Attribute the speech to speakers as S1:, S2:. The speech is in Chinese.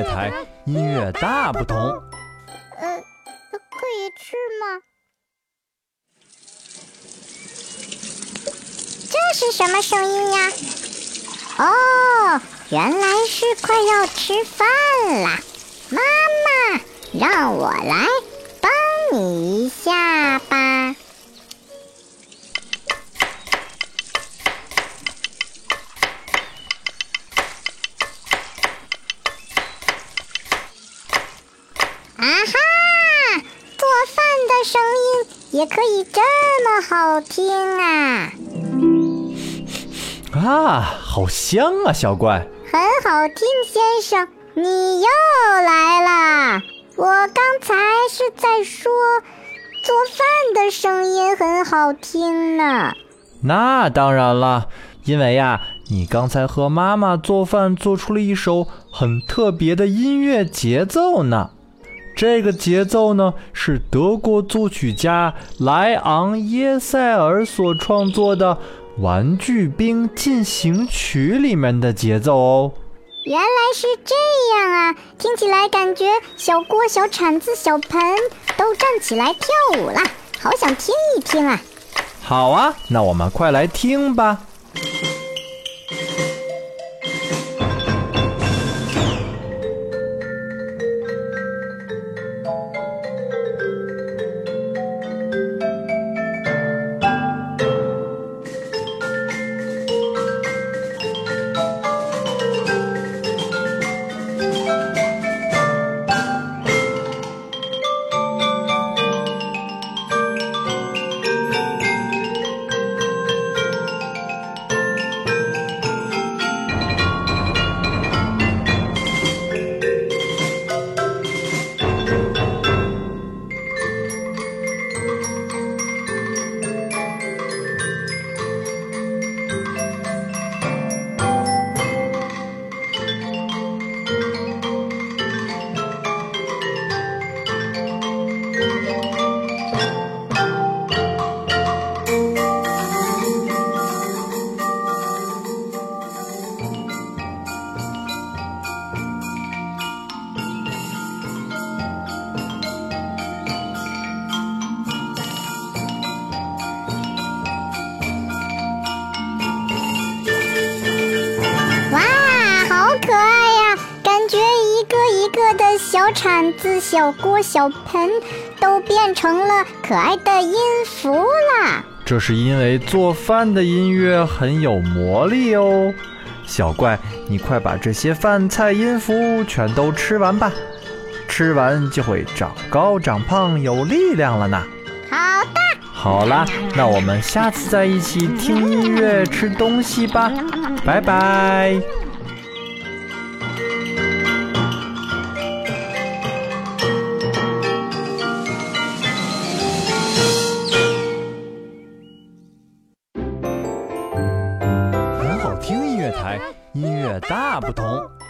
S1: 台，音乐大不同。
S2: 可以吃吗？这是什么声音呀？哦，原来是快要吃饭啦！妈妈，让我来帮你一下吧。啊哈！做饭的声音也可以这么好听啊！
S1: 啊，好香啊，小怪！
S2: 很好听，先生，你又来啦！我刚才是在说，做饭的声音很好听呢。
S1: 那当然了，因为呀，你刚才和妈妈做饭做出了一首很特别的音乐节奏呢。这个节奏呢，是德国作曲家莱昂耶塞尔所创作的《玩具兵进行曲》里面的节奏哦。
S2: 原来是这样啊，听起来感觉小锅、小铲子、小盆都站起来跳舞了，好想听一听啊。
S1: 好啊，那我们快来听吧。
S2: 小铲子、小锅、小盆都变成了可爱的音符啦。
S1: 这是因为做饭的音乐很有魔力哦。小怪，你快把这些饭菜音符全都吃完吧，吃完就会长高长胖有力量了呢。
S2: 好的。
S1: 好啦，那我们下次再一起听音乐吃东西吧，拜拜。很好听，音乐台，音乐大不同。